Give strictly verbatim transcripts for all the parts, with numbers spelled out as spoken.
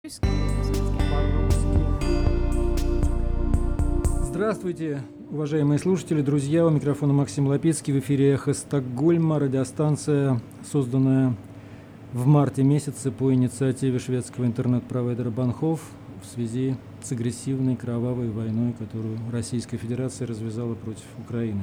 Здравствуйте, уважаемые слушатели, друзья. У микрофона Максим Лапицкий. В эфире «Эхо Стокгольма», радиостанция, созданная в марте месяце по инициативе шведского интернет-провайдера Банхоф в связи с агрессивной кровавой войной, которую Российская Федерация развязала против Украины.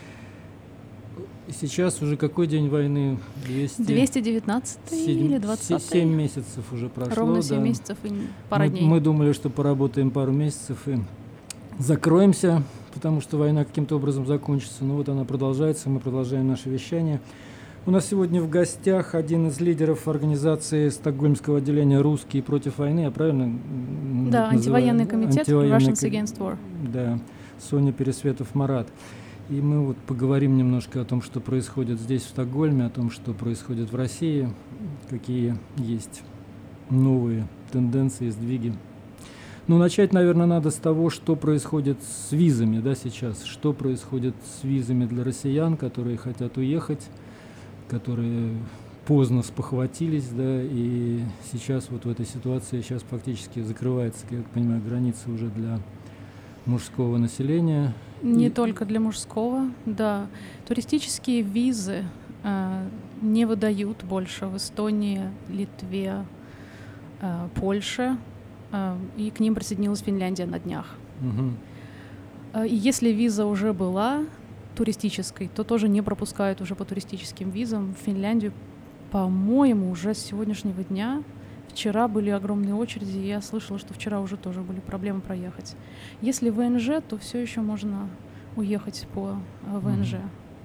И сейчас уже какой день войны? двести девятнадцатый или двадцатый? семь месяцев уже прошло. Ровно семь да. месяцев и пара мы, дней. Мы думали, что поработаем пару месяцев и закроемся, потому что война каким-то образом закончится. Но вот она продолжается, мы продолжаем наше вещание. У нас сегодня в гостях один из лидеров организации стокгольмского отделения «Русские против войны». Я правильно Да, антивоенный комитет антивоенный Russians Against War. Да, Соня Пересветов-Марат. И мы вот поговорим немножко о том, что происходит здесь, в Стокгольме, о том, что происходит в России, какие есть новые тенденции, сдвиги. Ну, начать, наверное, надо с того, что происходит с визами, да, сейчас. Что происходит с визами для россиян, которые хотят уехать, которые поздно спохватились, да, и сейчас вот в этой ситуации сейчас фактически закрывается, я так понимаю, граница уже для мужского населения. Не и... только для мужского, да. Туристические визы э, не выдают больше в Эстонии, Литве, э, Польше, э, и к ним присоединилась Финляндия на днях. Угу. Э, и если виза уже была туристической, то тоже не пропускают уже по туристическим визам в Финляндию, по-моему, уже с сегодняшнего дня. Вчера были огромные очереди, и я слышала, что вчера уже тоже были проблемы проехать. Если ВНЖ, то все еще можно уехать по ВНЖ.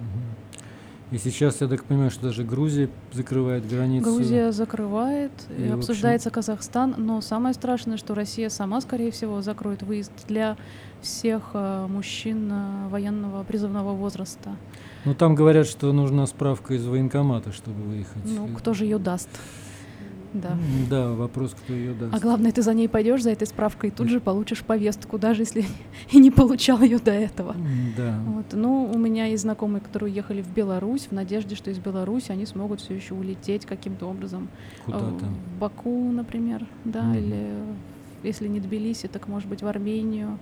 И сейчас, я так понимаю, что даже Грузия закрывает границу. Грузия закрывает, и, и обсуждается общем... Казахстан, но самое страшное, что Россия сама, скорее всего, закроет выезд для всех uh, мужчин uh, военного призывного возраста. Ну, там говорят, что нужна справка из военкомата, чтобы выехать. Ну, кто же ее даст? Да. Да, вопрос, кто ее даст. А главное, ты за ней пойдешь, за этой справкой, и тут же получишь повестку, даже если и не получал ее до этого. Да. Вот. Ну, у меня есть знакомые, которые уехали в Беларусь в надежде, что из Беларуси они смогут все еще улететь каким-то образом. Куда-то. В Баку, например, да, mm-hmm. или если не Тбилиси, так может быть в Армению.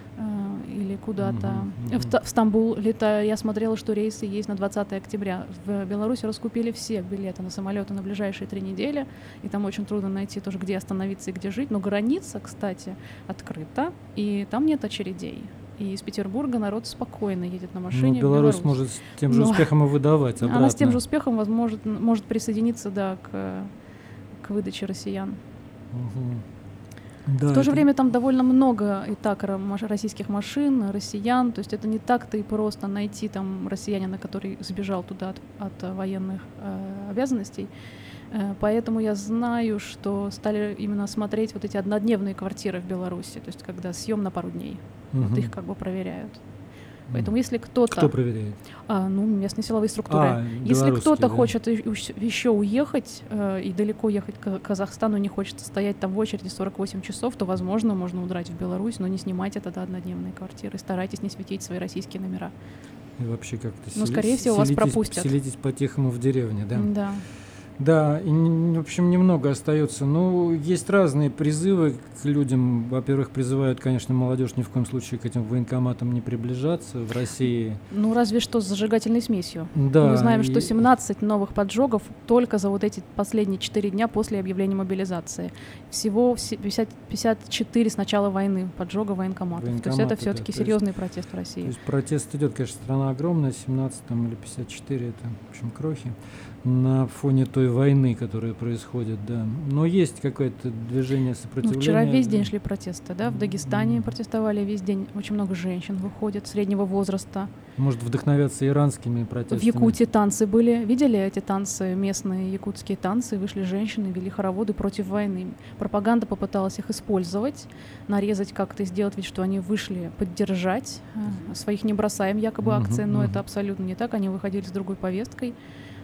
Или куда-то. Mm-hmm. В, в Стамбул летаю. Я смотрела, что рейсы есть на двадцатое октября. В Беларуси раскупили все билеты на самолеты на ближайшие три недели. И там очень трудно найти тоже, где остановиться и где жить. Но граница, кстати, открыта. И там нет очередей. И из Петербурга народ спокойно едет на машине. Ну, Беларусь в Беларусь может с тем же Но успехом и выдавать обратно. Она с тем же успехом возможно, может присоединиться, да, к, к выдаче россиян. Mm-hmm. Да, в то это... же время там довольно много и так российских машин, россиян, то есть это не так-то и просто найти там россиянина, который сбежал туда от, от военных э, обязанностей. Э, поэтому я знаю, что стали именно смотреть вот эти однодневные квартиры в Беларуси, то есть когда съем на пару дней, угу. вот их как бы проверяют. Поэтому если кто-то... Кто проверяет? А, ну, местные силовые структуры. А, если кто-то да. хочет еще уехать э, и далеко ехать к Казахстану, не хочет стоять там в очереди сорок восемь часов, то, возможно, можно удрать в Беларусь, но не снимайте тогда однодневные квартиры. Старайтесь не светить свои российские номера. И вообще как-то ну, сели... скорее всего, вас пропустят. Селитесь по-тихому в деревне, да? Да. Да, и, в общем, немного остается. Ну, есть разные призывы к людям. Во-первых, призывают, конечно, молодежь ни в коем случае к этим военкоматам не приближаться в России. Ну, разве что с зажигательной смесью. Да. Мы знаем, и... что семнадцать новых поджогов только за вот эти последние четыре дня после объявления мобилизации. Всего пятьдесят, пятьдесят четыре с начала войны поджога военкоматов. Военкоматы, то есть это все-таки да, серьезный есть, протест в России. То есть протест идет, конечно, страна огромная, семнадцать там, или пятьдесят четыре, это, в общем, крохи. На фоне той войны, которая происходит, да. Но есть какое-то движение сопротивления. Ну, вчера весь день шли протесты, да, в Дагестане mm. протестовали весь день. Очень много женщин выходит среднего возраста. Может вдохновляться иранскими протестами. В Якутии танцы были. Видели эти танцы, местные якутские танцы? Вышли женщины, вели хороводы против войны. Пропаганда попыталась их использовать, нарезать как-то, сделать вид, что они вышли поддержать. Своих не бросаем якобы акции, mm-hmm, но mm-hmm. это абсолютно не так. Они выходили с другой повесткой.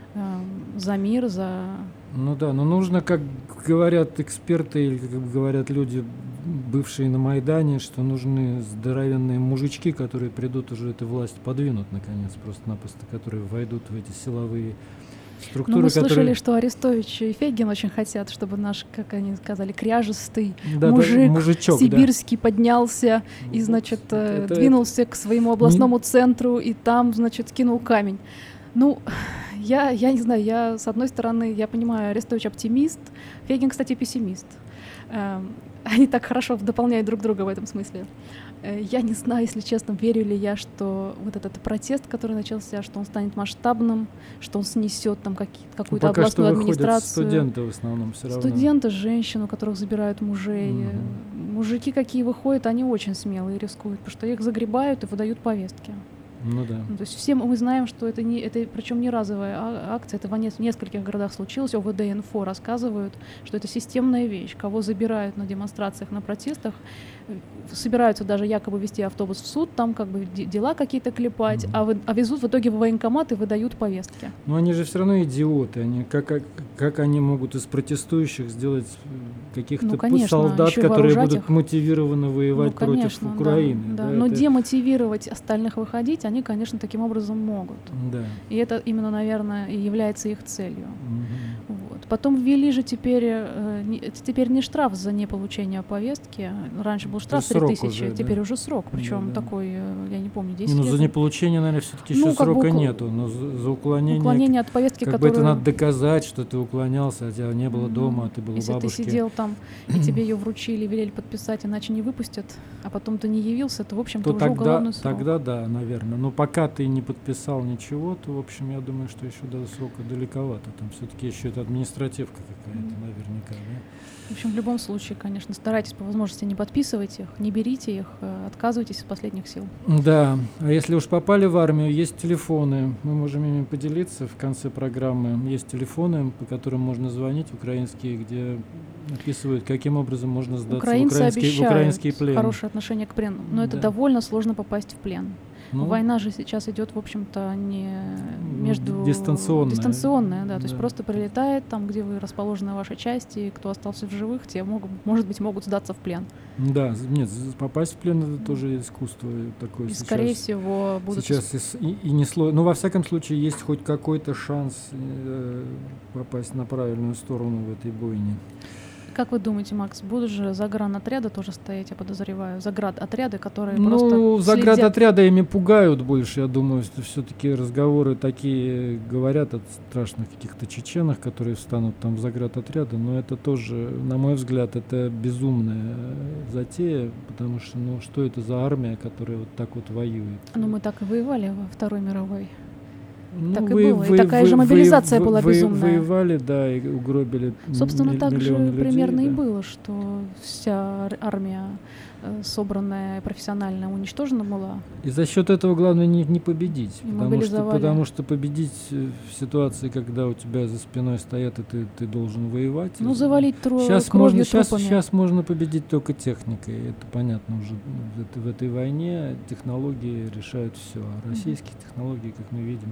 За мир, за... Ну да, но нужно, как говорят эксперты, или как говорят люди, бывшие на Майдане, что нужны здоровенные мужички, которые придут уже эту власть подвинут, наконец, просто-напросто, которые войдут в эти силовые Структуры, Но мы слышали, которые... что Арестович и Фейгин очень хотят, чтобы наш, как они сказали, кряжестый да, мужик да, мужичок, сибирский да. поднялся и, значит, это, двинулся это... к своему областному не... центру и там, значит, кинул камень. Ну, я, я не знаю, я, с одной стороны, я понимаю, Арестович оптимист, Фейгин, кстати, пессимист. Эм, они так хорошо дополняют друг друга в этом смысле. Э, я не знаю, если честно, верю ли я, что вот этот протест, который начался, что он станет масштабным, что он снесет там какие- какую-то пока областную что администрацию. Студенты в основном все равно. Студенты, женщин, у которых забирают мужей. Угу. Мужики, какие выходят, они очень смелые рискуют, потому что их загребают и выдают повестки. Ну да. Ну, то есть все мы знаем, что это не, это причем не разовая акция, это в нескольких городах случилось. ОВД и инфо рассказывают, что это системная вещь. Кого забирают на демонстрациях, на протестах, собираются даже якобы вести автобус в суд, там как бы дела какие-то клепать, mm-hmm. а, вы, а везут в итоге в военкомат и выдают повестки. Но они же все равно идиоты. Они, как, как они могут из протестующих сделать каких-то ну, конечно, солдат, которые будут их. мотивированы воевать ну, конечно, против Украины? Да, да. Да, Но это... демотивировать остальных выходить они, конечно, таким образом могут. Да. И это именно, наверное, и является их целью. Mm-hmm. Вот. Потом ввели же теперь, э, не, теперь не штраф за неполучение повестки. Раньше был штраф три тысячи, уже, теперь да? уже срок. Причем да, да. такой, я не помню, десять не, ну, лет. За неполучение, наверное, все-таки еще ну, срока бы, нету. Но за, за уклонение, уклонение от повестки, как которую... бы это надо доказать, что ты уклонялся, а тебя не было mm-hmm. дома, а ты был Если у бабушки. Если ты сидел там, и тебе ее вручили, велели подписать, иначе не выпустят, а потом ты не явился, то, в общем-то, то уже тогда, уголовный срок. Тогда да, наверное. Но пока ты не подписал ничего, то, в общем, я думаю, что еще до срока далековато. Там все-таки еще это административка какая-то, mm-hmm. наверняка, да? В общем, в любом случае, конечно, старайтесь по возможности не подписывайте их, не берите их, отказывайтесь из последних сил. Да, а если уж попали в армию, есть телефоны, мы можем ими поделиться в конце программы. Есть телефоны, по которым можно звонить, украинские, где описывают, каким образом можно сдаться Украинцы в украинский, в украинский плен. Хорошее отношение к плену, но да. это довольно сложно попасть в плен. Ну, война же сейчас идет, в общем-то, не между... Дистанционная. Дистанционная, да, то да. есть просто прилетает там, где вы расположены ваши части, и кто остался в живых, те, могут, может быть, могут сдаться в плен. Да, нет, попасть в плен — это тоже искусство такое. И, сейчас, скорее всего, будут... Сейчас и, и не сложно. Ну, во всяком случае, есть хоть какой-то шанс э, попасть на правильную сторону в этой бойне. Как вы думаете, Макс, будут же загранотряды тоже стоять, я подозреваю, заградотряды, которые ну, просто Ну, заградотряды ими пугают больше, я думаю, что все-таки разговоры такие говорят о страшных каких-то чеченах, которые встанут там в заградотряды, но это тоже, на мой взгляд, это безумная затея, потому что, ну, что это за армия, которая вот так вот воюет? Ну, мы так и воевали во Второй мировой. Ну, так вы, и было. Вы, и такая вы, же мобилизация вы, была вы, безумная. Воевали, да, и угробили Собственно, м- так же людей, примерно да. и было, что вся армия, собранная, профессиональная, уничтожена была. И за счет этого главное не, не победить. И потому что, потому что победить в ситуации, когда у тебя за спиной стоят, и ты, ты должен воевать. Ну, завалить тру- сейчас кровью можно, сейчас, трупами. сейчас можно победить только техникой. Это понятно уже. В, это, в этой войне технологии решают все. А российские mm-hmm. технологии, как мы видим,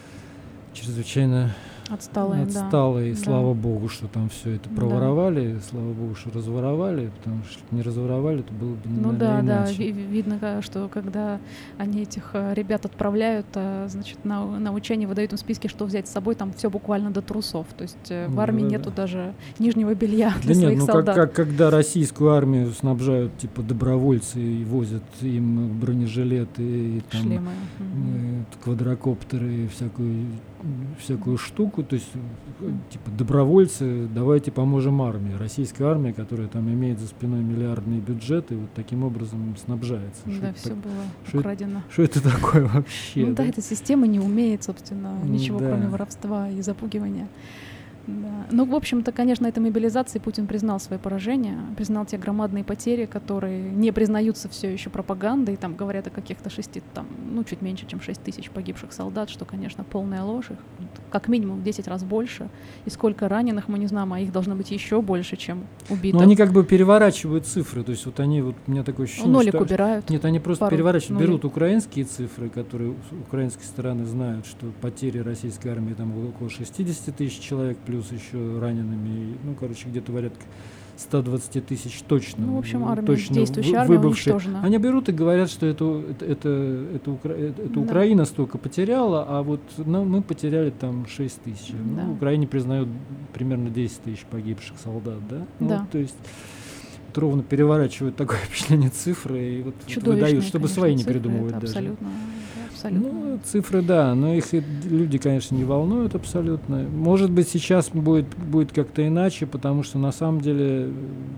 чрезвычайно отсталые, отсталые. Да. И слава да. богу, что там все это проворовали, да. Слава богу, что разворовали, потому что не разворовали, то было бы ну, наверное, да, иначе. да, видно, что когда они этих ребят отправляют, значит, на, на учение выдают им списки, что взять с собой, там все буквально до трусов. То есть в армии да, нету да. даже нижнего белья для да своих нет, ну, солдат. Как, как, когда российскую армию снабжают типа добровольцы и возят им бронежилеты, и, там, шлемы, и, квадрокоптеры и всякую всякую штуку, то есть типа добровольцы, давайте поможем армии. Российская армия, которая там имеет за спиной миллиардные бюджеты, вот таким образом снабжается. Да, все так, было что украдено. Что это такое вообще? Ну да, да, эта система не умеет, собственно, ничего, да. кроме воровства и запугивания. Да. Ну, в общем-то, конечно, этой мобилизации Путин признал свои поражения, признал те громадные потери, которые не признаются все еще пропагандой, там говорят о каких-то шести, там, ну, чуть меньше, чем шесть тысяч погибших солдат, что, конечно, полная ложь, их как минимум в десять раз больше, и сколько раненых мы не знаем, а их должно быть еще больше, чем убитых. Но они как бы переворачивают цифры, то есть вот они, вот у меня такое ощущение, нолик что... убирают. Нет, они просто пару переворачивают, нулей. берут украинские цифры, которые украинские стороны знают, что потери российской армии там около шестьдесят тысяч человек, плюс еще ранеными, ну, короче, где-то порядка ста двадцати тысяч точно, ну, в общем, армия, точно действующая армия выбывшие. уничтожена. Они берут и говорят, что это, это, это, это, Укра... это да. Украина столько потеряла, а вот ну, мы потеряли там шесть тысяч. Да. Ну, Украине признают примерно десять тысяч погибших солдат, да? Ну, да. Вот, то есть вот ровно переворачивают такое впечатление цифры и вот выдают, чтобы конечно, свои не цифры, придумывать это даже. Абсолютно, абсолютно. Ну, цифры, да, но их люди, конечно, не волнуют абсолютно. Может быть, сейчас будет, будет как-то иначе, потому что на самом деле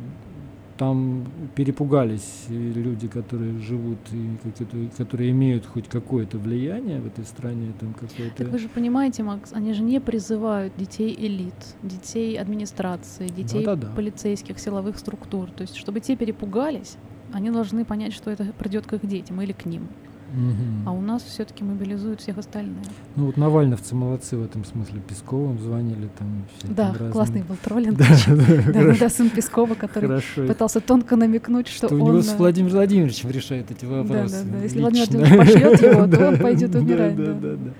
там перепугались люди, которые живут и которые имеют хоть какое-то влияние в этой стране. Там какое-то... Так вы же понимаете, Макс, они же не призывают детей элит, детей администрации, детей да, да, да. полицейских, силовых структур. То есть, чтобы те перепугались, они должны понять, что это придет к их детям или к ним. Угу. А у нас все-таки мобилизуют всех остальных. Ну вот навальновцы молодцы в этом смысле. Песковым звонили там. Да, разные... классный был троллинг. Да, да, да, да, сын Пескова, который хорошо. Пытался тонко намекнуть, что, что он... у него с Владимиром Владимировичем решает эти вопросы. Да, да, да. Если Владимир Владимирович пошлет его, то он пойдет умирать. Да, да, да.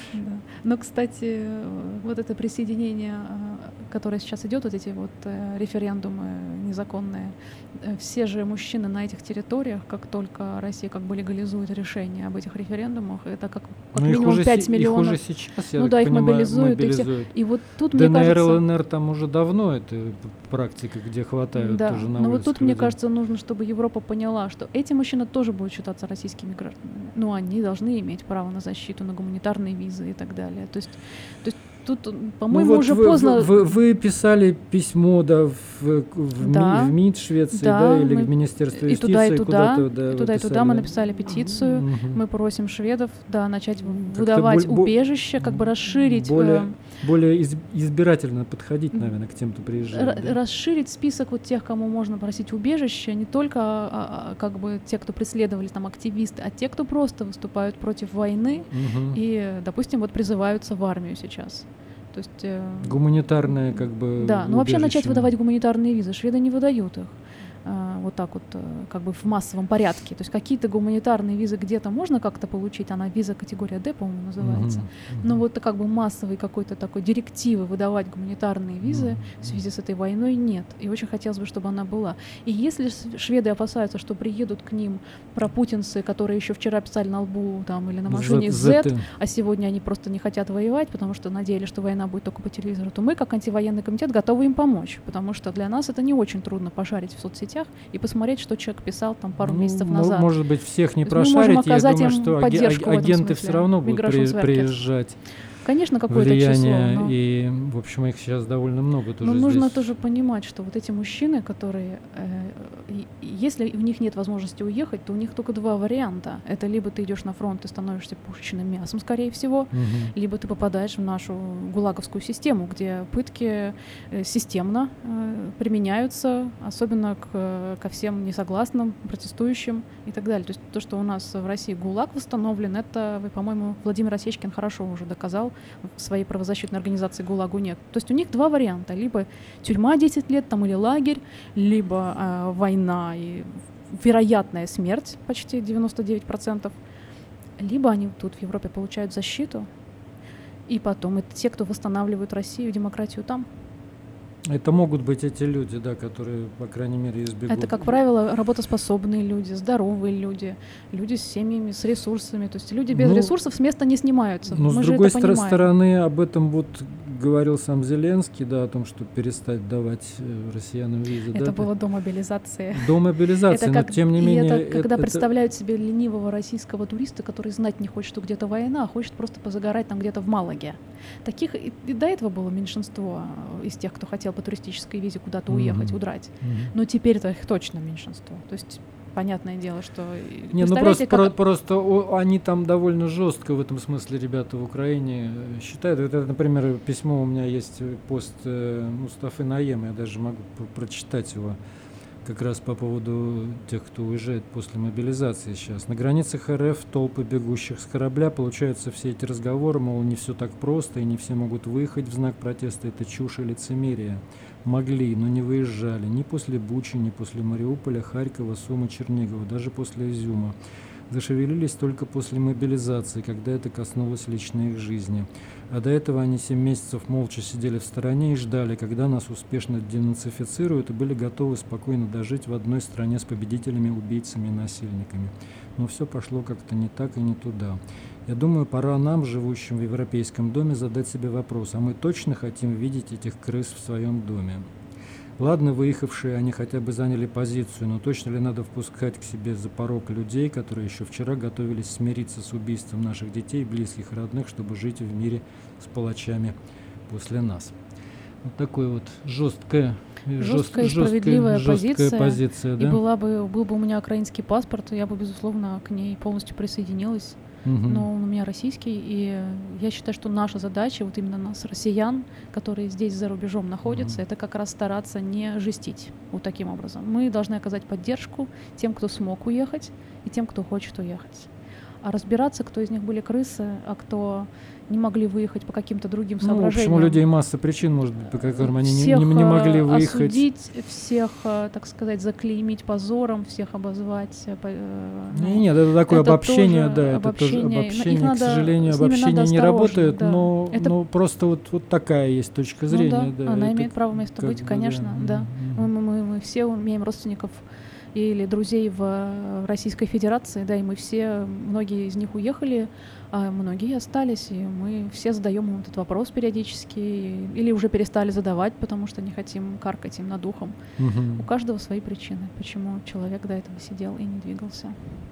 Но, кстати, вот это присоединение, которое сейчас идет, вот эти вот референдумы незаконные, все же мужчины на этих территориях, как только Россия как бы легализует решение об этих референдумах, это как, как минимум пять миллионов. Их уже сейчас, я ну так да, их понимаю, мобилизуют. мобилизуют. И, и вот тут, ДНР, мне кажется... ЛНР там уже давно это практика, где хватают да, тоже на но улицах вот тут, людей. мне кажется, нужно, чтобы Европа поняла, что эти мужчины тоже будут считаться российскими гражданами. Ну, они должны иметь право на защиту, на гуманитарные визы и так далее. То есть, то есть тут, по-моему, ну вот уже вы, поздно... Вы, вы, вы писали письмо, да, в, в, да. Ми, в МИД Швеции, да, да, или мы... в Министерство и юстиции? туда, и туда, да, и туда, и туда мы написали петицию. Угу. Мы просим шведов, да, начать как-то выдавать боль, убежище, как бы расширить... Более, э... более из, избирательно подходить, наверное, к тем, кто приезжает. Р- да? Расширить список вот тех, кому можно просить убежище, не только а, а, как бы те, кто преследовали там активисты, а те, кто просто выступают против войны угу. и, допустим, вот призываются в армию сейчас. То есть, э, гуманитарное как бы да, ну вообще начать убежище. выдавать гуманитарные визы. Шведы не выдают их э, вот так вот, э, как бы в массовом порядке. То есть какие-то гуманитарные визы где-то можно как-то получить, она виза категория Д, по-моему, называется. Uh-huh, uh-huh. Но вот как бы массовой какой-то такой директивы выдавать гуманитарные визы uh-huh. в связи с этой войной нет. И очень хотелось бы, чтобы она была. И если шведы опасаются, что приедут к ним пропутинцы, которые еще вчера писали на лбу там, или на машине Z, Z, а сегодня они просто не хотят воевать, потому что надеялись, что война будет только по телевизору, то мы, как антивоенный комитет, готовы им помочь, потому что для нас это не очень трудно пошарить в соцсетях и посмотреть, что человек писал там пару ну, месяцев назад. Может быть, всех не прошарить, я думаю, что аги- агенты все равно будут при- приезжать. Конечно, какое-то влияние, число. Но... И, в общем, их сейчас довольно много тоже. Но нужно здесь. тоже понимать, что вот эти мужчины, которые, э, если у них нет возможности уехать, то у них только два варианта. Это либо ты идешь на фронт и становишься пушечным мясом, скорее всего, угу. либо ты попадаешь в нашу гулаговскую систему, где пытки э, системно э, применяются, особенно к, ко всем несогласным, протестующим и так далее. То есть то, что у нас в России ГУЛАГ восстановлен, это, по-моему, Владимир Осечкин хорошо уже доказал в своей правозащитной организации ГУЛАГу нет. То есть у них два варианта. Либо тюрьма десять лет там, или лагерь, либо э, война и вероятная смерть, почти девяносто девять процентов. Либо они тут в Европе получают защиту, и потом это те, кто восстанавливают Россию, демократию там. Это могут быть эти люди, да, которые, по крайней мере, избегут. Это, как правило, работоспособные люди, здоровые люди, люди с семьями, с ресурсами. То есть люди без ну, ресурсов с места не снимаются. Но Мы с другой стор- стороны, об этом вот говорил сам Зеленский, да, о том, что перестать давать россиянам визы. Это да, было до мобилизации. До мобилизации, это но как, тем не менее... Это, это когда это... представляют себе ленивого российского туриста, который знать не хочет, что где-то война, а хочет просто позагорать там где-то в Малаге. Таких и, и до этого было меньшинство из тех, кто хотел по туристической визе куда-то уехать, mm-hmm. удрать. Mm-hmm. Но теперь-то их точно меньшинство. То есть понятное дело, что... Не, ну просто, как... про, просто о, они там довольно жестко в этом смысле, ребята в Украине считают. Это, например, письмо у меня есть, пост э, Мустафы Наема, я даже могу прочитать его, как раз по поводу тех, кто уезжает после мобилизации сейчас. На границах РФ толпы бегущих с корабля, получаются все эти разговоры, мол, не все так просто, и не все могут выехать в знак протеста. Это чушь и лицемерие. Могли, но не выезжали ни после Бучи, ни после Мариуполя, Харькова, Сумы, Чернигова, даже после Изюма. зашевелились только после мобилизации, когда это коснулось личной их жизни. А до этого они семь месяцев молча сидели в стороне и ждали, когда нас успешно денацифицируют, и были готовы спокойно дожить в одной стране с победителями, убийцами и насильниками. Но все пошло как-то не так и не туда. Я думаю, пора нам, живущим в Европейском доме, задать себе вопрос, а мы точно хотим видеть этих крыс в своем доме? Ладно, выехавшие, они хотя бы заняли позицию, но точно ли надо впускать к себе за порог людей, которые еще вчера готовились смириться с убийством наших детей, близких и родных, чтобы жить в мире с палачами после нас? Вот такой вот жесткая, жесткая и справедливая жесткая позиция. позиция, да? И была бы, был бы у меня украинский паспорт, я бы, безусловно, к ней полностью присоединилась. Угу. Но он у меня российский, и я считаю, что наша задача, вот именно нас, россиян, которые здесь за рубежом находятся, угу. это как раз стараться не жестить вот таким образом. Мы должны оказать поддержку тем, кто смог уехать, и тем, кто хочет уехать. А разбираться, кто из них были крысы, а кто не могли выехать по каким-то другим ну, соображениям. Почему у людей масса причин, может быть, по которым они всех не, не, не могли выехать. Осудить, всех, так сказать, заклеймить позором, всех обозвать. Ну, нет, это такое это обобщение, да, это обобщение. тоже обобщение, к надо, сожалению, обобщение не работает, да. но, это... но просто вот, вот такая есть точка зрения. Ну, да, да, она это имеет право место быть, бы, конечно, да. да. Mm-hmm. Мы, мы, мы все имеем родственников или друзей в Российской Федерации, да, и мы все, многие из них уехали, а многие остались, и мы все задаем им этот вопрос периодически, или уже перестали задавать, потому что не хотим каркать им над ухом. Угу. У каждого свои причины, почему человек до этого сидел и не двигался.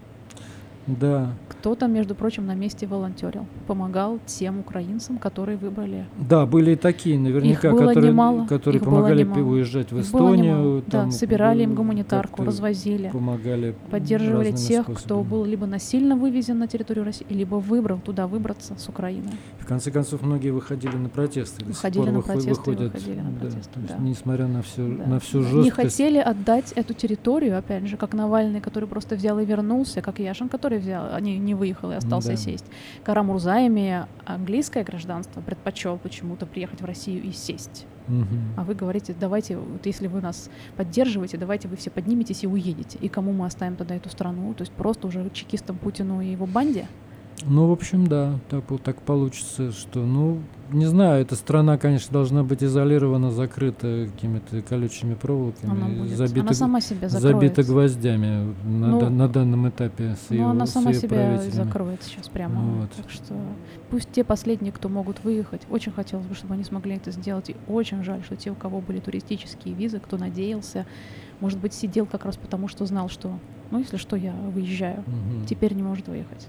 Да. Кто-то, между прочим, на месте волонтерил, помогал тем украинцам, которые выбрали. Да, были и такие, наверняка, их было которые, немало, которые их помогали было немало. уезжать в их Эстонию. Там, да, собирали им гуманитарку, развозили, помогали, поддерживали тех, способами. кто был либо насильно вывезен на территорию России, либо выбрал туда выбраться с Украины. В конце концов, многие выходили на протесты. Выходили до на сих пор протесты, выходят, выходили на да, протесты, то есть, да. Несмотря на всю, да. на всю жесткость. Не хотели отдать эту территорию, опять же, как Навальный, который просто взял и вернулся, как Яшин, который взял, не, не выехал и остался да. сесть. Кара Мурза, имея английское гражданство, предпочел почему-то приехать в Россию и сесть. Угу. А вы говорите, давайте, вот если вы нас поддерживаете, давайте вы все подниметесь и уедете. И кому мы оставим тогда эту страну? То есть просто уже чекистам Путину и его банде? Ну, в общем, да, так, так получится, что, ну, не знаю, эта страна, конечно, должна быть изолирована, закрыта какими-то колючими проволоками, она, будет. забита, она сама себя закроет. забита гвоздями на, ну, на данном этапе с ее, ну, она сама с ее себя закроет сейчас прямо. Вот. Так что пусть те последние, кто могут выехать, очень хотелось бы, чтобы они смогли это сделать, и очень жаль, что те, у кого были туристические визы, кто надеялся, может быть, сидел как раз потому, что знал, что, ну, если что, я выезжаю, угу. теперь не может выехать.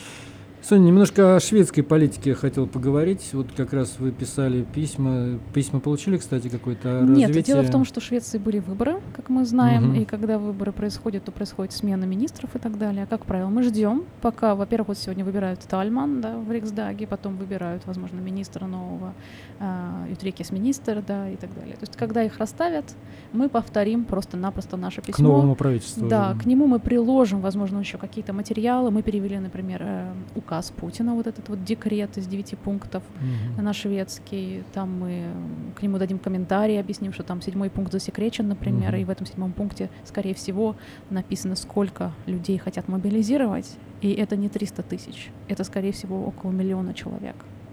Соня, немножко о шведской политике я хотел поговорить. Вот как раз вы писали письма. Письма получили, кстати, какое-то развитие? Нет, дело в том, что в Швеции были выборы, как мы знаем, угу. и когда выборы происходят, то происходит смена министров и так далее. Как правило, мы ждем, пока, во-первых, вот сегодня выбирают Тальман, да, в Риксдаге, потом выбирают, возможно, министра нового, э, Утрекис-министр, да, и так далее. То есть, когда их расставят, мы повторим просто-напросто наше письмо. К новому правительству. Да, уже. К нему мы приложим, возможно, еще какие-то материалы. Мы перевели, например, э, указ Путина, вот этот вот декрет из девяти пунктов угу. на шведский. Там мы к нему дадим комментарий, объясним, что там седьмой пункт засекречен, например, угу. и в этом седьмом пункте, скорее всего, написано, сколько людей хотят мобилизировать, и это не триста тысяч, это, скорее всего, около миллиона человек.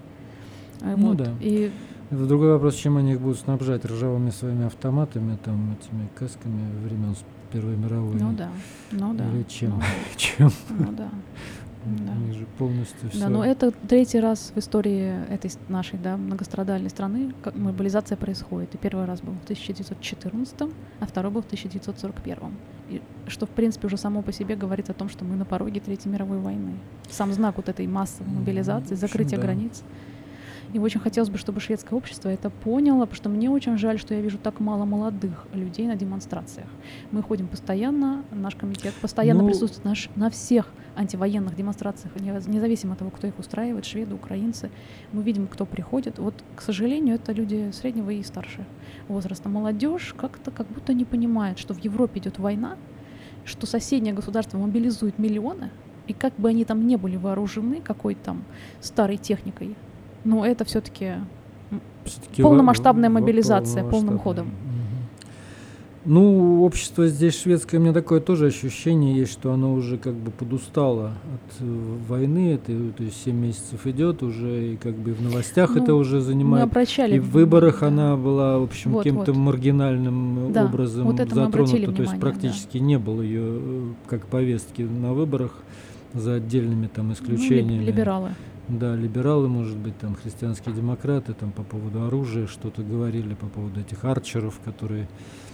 Ну вот. да. И это другой вопрос, чем они их будут снабжать, ржавыми своими автоматами, там, этими касками времен Первой мировой. Ну да, ну да. Или чем? Ну, чем? Ну да. Да. Они же полностью все. Да, но это третий раз в истории этой нашей, да, многострадальной страны, как мобилизация происходит. И первый раз был в тысяча девятьсот четырнадцатом, а второй был в тысяча девятьсот сорок первом. И что, в принципе, уже само по себе говорит о том, что мы на пороге Третьей мировой войны. Сам знак вот этой массовой мобилизации, закрытия да. границ. И очень хотелось бы, чтобы шведское общество это поняло, потому что мне очень жаль, что я вижу так мало молодых людей на демонстрациях. Мы ходим постоянно, наш комитет постоянно ну, присутствует наш, на всех антивоенных демонстрациях, независимо от того, кто их устраивает, шведы, украинцы. Мы видим, кто приходит. Вот, к сожалению, это люди среднего и старше возраста. Молодежь как-то как будто не понимает, что в Европе идет война, что соседнее государство мобилизует миллионы, и как бы они там не были вооружены какой-то там старой техникой, но это все-таки, все-таки полномасштабная мобилизация полным ходом. Ну, общество здесь шведское, у меня такое тоже ощущение есть, что оно уже как бы подустало от э, войны, это, то есть семь месяцев идет уже, и как бы в новостях Ну, это уже мы занимает, обращали и в внимание, выборах да. она была, в общем, Вот, каким-то вот. маргинальным Да, образом вот это мы обратили затронута, то есть внимание, да. практически не было ее э, как повестки на выборах, за отдельными там Ну, либ- исключениями. либералы. Да, либералы, может быть, там христианские демократы там по поводу оружия что-то говорили, по поводу этих арчеров, которые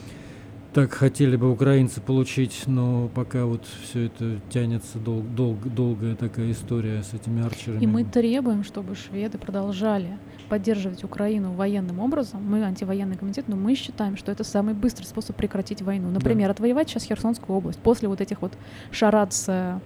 так хотели бы украинцы получить, но пока вот все это тянется, дол- дол- долгая такая история с этими арчерами. И мы требуем, чтобы шведы продолжали поддерживать Украину военным образом. Мы антивоенный комитет, но мы считаем, что это самый быстрый способ прекратить войну. Например, Да. отвоевать сейчас Херсонскую область после вот этих вот шарад с, э,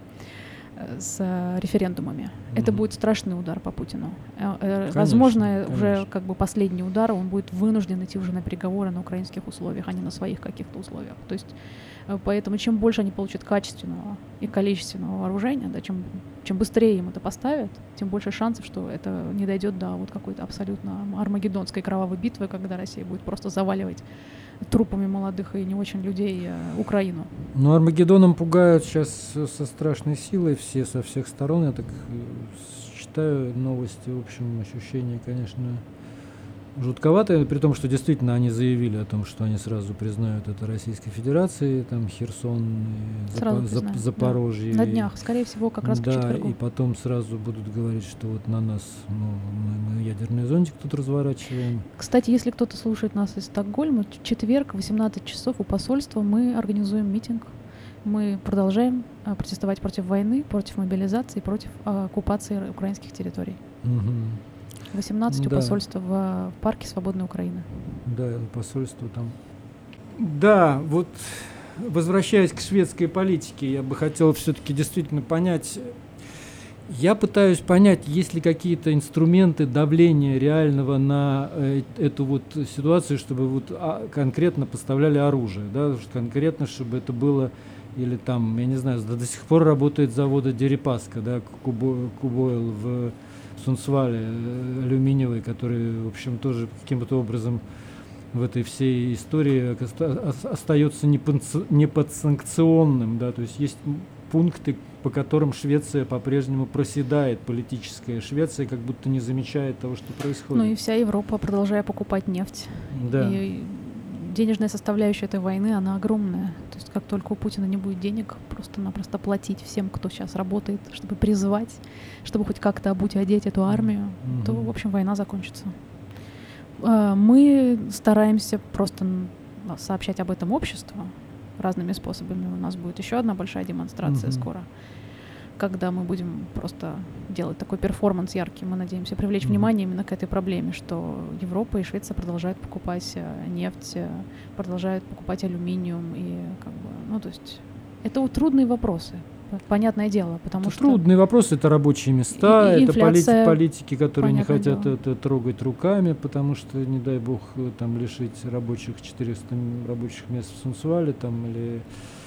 с э, референдумами. Это Мгм. будет страшный удар по Путину. Э, э, Конечно, Возможно, уже конечно. как бы последний удар, он будет вынужден идти уже на переговоры на украинских условиях, а не на своих каких-то условиях. То есть э, поэтому чем больше они получат качественного и количественного вооружения, да, чем, чем быстрее им это поставят, тем больше шансов, что это не дойдет до вот какой-то абсолютно армагеддонской кровавой битвы, когда Россия будет просто заваливать трупами молодых и не очень людей э, Украину. Ну, Армагеддоном пугают сейчас со страшной силой все, со всех сторон. Я так э, читаю новости, в общем, ощущения, конечно, жутковатые, при том, что действительно они заявили о том, что они сразу признают это Российской Федерацией, там Херсон, и Сразу Запо- Зап- признают, да. Запорожье. На и- днях, скорее всего, как раз к Да, четвергу. и потом сразу будут говорить, что вот на нас, ну, мы, мы ядерный зонтик тут разворачиваем. Кстати, если кто-то слушает нас из Стокгольма, в четверг, восемнадцать часов у посольства мы организуем митинг. Мы продолжаем а, протестовать против войны, против мобилизации, против а, оккупации украинских территорий. Мгм. восемнадцать у Да. посольства в, а, в парке Свободной Украины. Да, посольство там. Да, вот возвращаясь к шведской политике, я бы хотел все-таки действительно понять. Я пытаюсь понять, есть ли какие-то инструменты давления реального на э, эту вот ситуацию, чтобы вот а, конкретно поставляли оружие, да, конкретно, чтобы это было, или там, я не знаю, до, до сих пор работает завода Дерипаска, да, Кубо, Кубойл в Сунсвале, э, алюминиевый, который, в общем, тоже каким-то образом в этой всей истории оста- остается неподс- неподсанкционным, да, то есть есть пункты, по которым Швеция по-прежнему проседает, политическая Швеция как будто не замечает того, что происходит. Ну и вся Европа, продолжая покупать нефть. Да. И денежная составляющая этой войны, она огромная. То есть как только у Путина не будет денег, просто-напросто платить всем, кто сейчас работает, чтобы призвать, чтобы хоть как-то обуть и одеть эту армию, Мгм. то, в общем, война закончится. Э, Мы стараемся просто н- сообщать об этом обществу разными способами. У нас будет еще одна большая демонстрация Мгм. скоро, когда мы будем просто делать такой перформанс яркий. Мы надеемся привлечь Мгм. внимание именно к этой проблеме, что Европа и Швеция продолжают покупать э, нефть, э, продолжают покупать алюминиум. И как бы, ну, то есть это вот трудные вопросы, п- понятное дело, потому Это что... трудный вопрос, это рабочие места, И- и это полити- инфляция, политики, которые не понятное хотят дело. это трогать руками, потому что, не дай бог, э, там лишить рабочих четыреста м- рабочих мест в Сунсвале там, или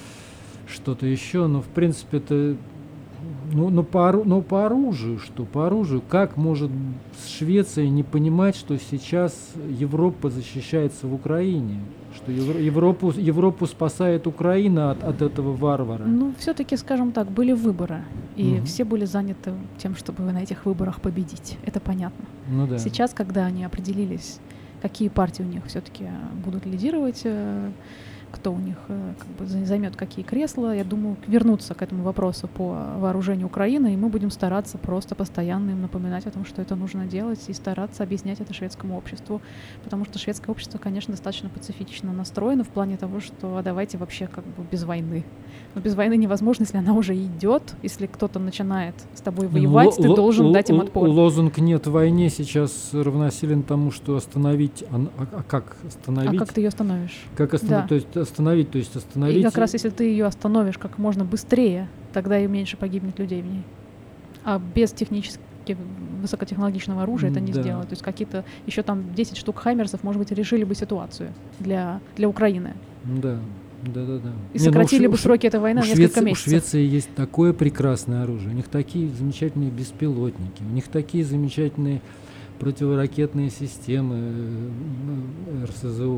что-то еще. Но, в принципе, это... Ну, но по, ору- но по оружию, что по оружию, как может Швеция не понимать, что сейчас Европа защищается в Украине, что Евро- Европу, Европу спасает Украина от, от этого варвара? Ну, все-таки, скажем так, были выборы, и Мгм. все были заняты тем, чтобы на этих выборах победить. Это понятно. Ну да. Сейчас, когда они определились, какие партии у них все-таки будут лидировать, э, кто у них э, как бы за- займет какие кресла, я думаю, вернуться к этому вопросу по вооружению Украины, и мы будем стараться просто постоянно им напоминать о том, что это нужно делать, и стараться объяснять это шведскому обществу, потому что шведское общество, конечно, достаточно пацифично настроено в плане того, что а давайте вообще как бы без войны. Но без войны невозможно, если она уже идет, если кто-то начинает с тобой Не, ну, воевать, ло- ты ло- должен ло- дать им ло- отпор. Лозунг «нет войне» сейчас равносилен тому, что остановить... А, н- а- а как А остановить? как ты ее остановишь? Как останов- Да. То есть остановить, то есть остановить... И как раз если ты ее остановишь как можно быстрее, тогда и меньше погибнет людей в ней. А без технически высокотехнологичного оружия это не Да. сделать. То есть какие-то еще там десять штук хаймерсов, может быть, решили бы ситуацию для, для Украины. Да, да, да, да. И Не, ну, сократили у бы Шве- сроки этой войны у на несколько Швеции, у месяцев. Швеции есть такое прекрасное оружие. У них такие замечательные беспилотники, у них такие замечательные противоракетные системы э, эр эс зэ о.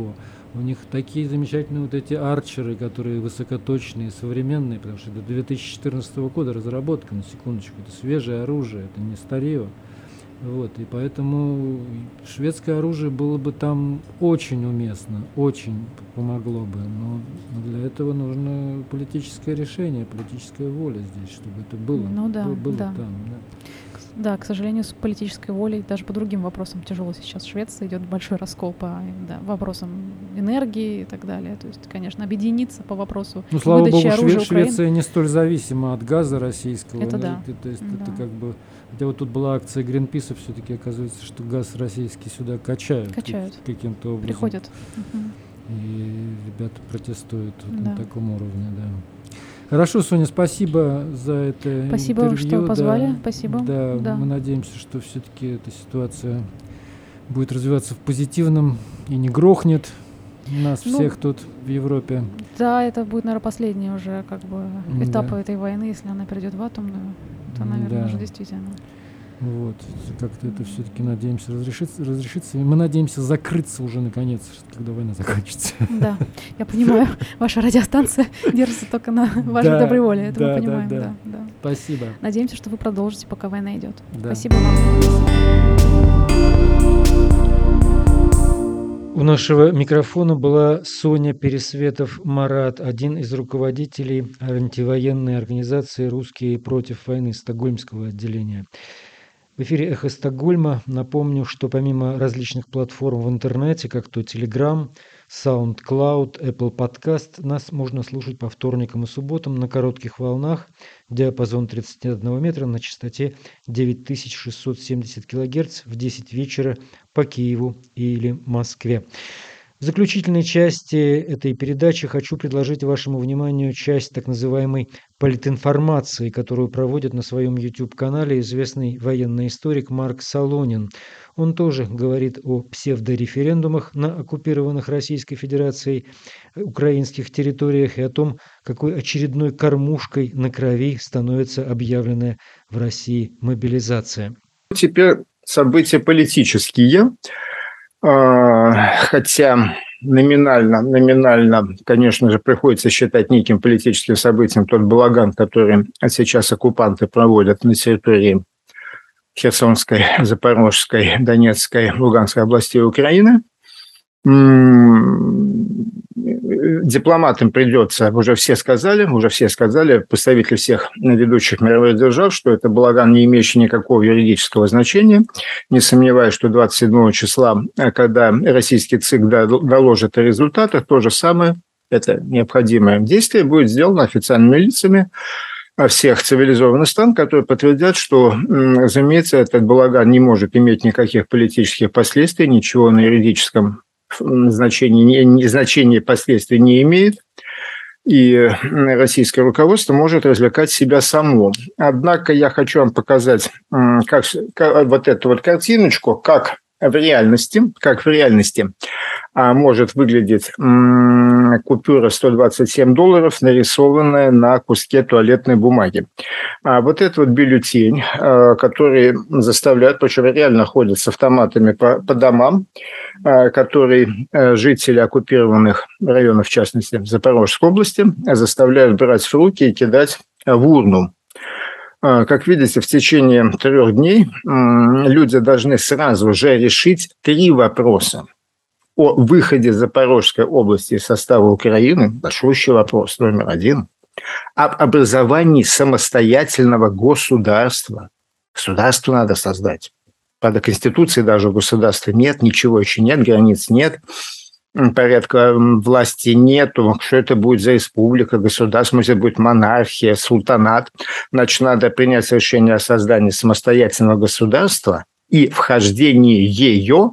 У них такие замечательные вот эти арчеры, которые высокоточные, современные, потому что это две тысячи четырнадцатого года разработка, на секундочку, это свежее оружие, это не старье. Вот, и поэтому шведское оружие было бы там очень уместно, очень помогло бы, но для этого нужно политическое решение, политическая воля здесь, чтобы это было, ну, да, было да. там. Да. Да, к сожалению, с политической волей даже по другим вопросам тяжело сейчас. В Швеции идет большой раскол по да, вопросам энергии и так далее. То есть, конечно, объединиться по вопросу ну, слава выдачи богу, оружия Шве- Швеция не столь зависима от газа российского. Это да. Это, то есть да. это как бы... Хотя вот тут была акция Гринписа, все-таки оказывается, что газ российский сюда качают. Качают. Как, каким-то образом. Приходят. И ребята протестуют вот да. на таком уровне, да. Хорошо, Соня, спасибо за это спасибо, интервью. Спасибо, что позвали. Да, спасибо. Да, да, мы надеемся, что все-таки эта ситуация будет развиваться в позитивном и не грохнет нас ну, всех тут в Европе. Да, это будет, наверное, последний уже как бы этап да. этой войны, если она перейдет в атомную, то, наверное, да. уже действительно. Вот, как-то это все-таки, надеемся, разрешится, разрешится. И мы надеемся закрыться уже, наконец, когда война закончится. Да, я понимаю, ваша радиостанция держится только на вашей да, доброй воле, это да, мы понимаем. Да, да. Да, да. Спасибо. Надеемся, что вы продолжите, пока война идет. Да. Спасибо вам. У нашего микрофона была Соня Пересветов-Марат, один из руководителей антивоенной организации «Русские против войны» Стокгольмского отделения. В эфире «Эхо Стокгольма». Напомню, что помимо различных платформ в интернете, как то Telegram, SoundCloud, Apple Podcast, нас можно слушать по вторникам и субботам на коротких волнах, диапазон тридцать один метра на частоте девять тысяч шестьсот семьдесят килогерц в десять вечера по Киеву или Москве. В заключительной части этой передачи хочу предложить вашему вниманию часть так называемой политинформации, которую проводит на своем YouTube-канале известный военный историк Марк Солонин. Он тоже говорит о псевдореферендумах на оккупированных Российской Федерацией украинских территориях и о том, какой очередной кормушкой на крови становится объявленная в России мобилизация. Теперь события политические. Хотя номинально, номинально, конечно же, приходится считать неким политическим событием тот балаган, который сейчас оккупанты проводят на территории Херсонской, Запорожской, Донецкой, Луганской областей Украины. Дипломатам придется, уже все сказали, уже все сказали, представители всех ведущих мировых держав, что это балаган, не имеющий никакого юридического значения. Не сомневаюсь, что двадцать седьмого числа, когда российский ЦИК доложит о результатах, то же самое, это необходимое действие будет сделано официальными лицами всех цивилизованных стран, которые подтвердят, что, разумеется, этот балаган не может иметь никаких политических последствий, ничего на юридическом значение, значение последствий не имеет, и российское руководство может развлекать себя само. Однако я хочу вам показать как, как, вот эту вот картиночку, как в реальности, как в реальности а, может выглядеть м, купюра сто двадцать семь долларов, нарисованная на куске туалетной бумаги. А вот этот вот бюллетень, а, который заставляет, причем реально ходят с автоматами по, по домам, а, который а, жители оккупированных районов, в частности Запорожской области, заставляют брать в руки и кидать в урну. Как видите, в течение трех дней люди должны сразу же решить три вопроса. О выходе Запорожской области из состава Украины, большущий вопрос номер один. Об образовании самостоятельного государства. Государство надо создать. Правда, Конституции даже у государства нет, ничего еще нет, границ нет. Порядка власти нету, что это будет за республика, государство, может, будет монархия, султанат. Значит, надо принять решение о создании самостоятельного государства и вхождении ее,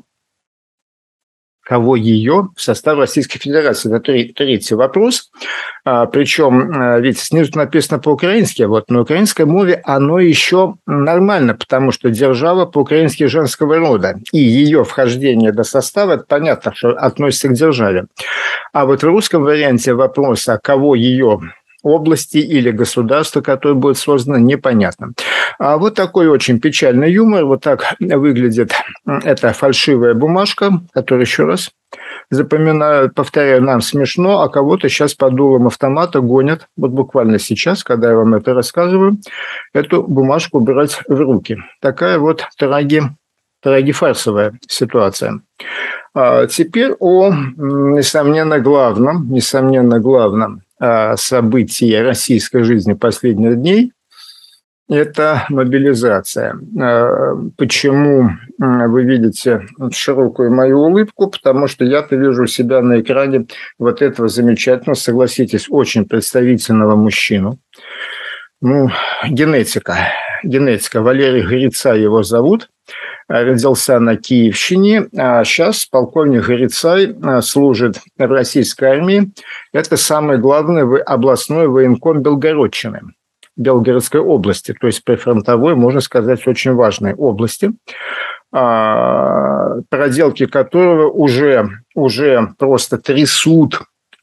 кого ее, в состав Российской Федерации. Это третий вопрос. А, причем, видите, снизу написано по-украински, а вот на украинской мове оно еще нормально, потому что держава по-украински женского рода. И ее вхождение до состава, это понятно, что относится к державе. А вот в русском варианте вопроса, кого ее области или государства, которое будет создано, непонятно. А вот такой очень печальный юмор. Вот так выглядит эта фальшивая бумажка, которая, еще раз, запоминаю, повторяю, нам смешно, а кого-то сейчас под дулом автомата гонят, вот буквально сейчас, когда я вам это рассказываю, эту бумажку брать в руки. Такая вот траги, трагифарсовая ситуация. А теперь о, несомненно, главном, несомненно, главном событии российской жизни последних дней – это мобилизация. Почему вы видите широкую мою улыбку? Потому что я-то вижу у себя на экране вот этого замечательного, согласитесь, очень представительного мужчину. Ну, генетика. Генетика. Валерий Грица его зовут. Родился на Киевщине, а сейчас полковник Грицай служит в российской армии. Это самый главный областной военком Белгородчины, Белгородской области, то есть прифронтовой, можно сказать, очень важной области, проделки которого уже, уже просто трясут,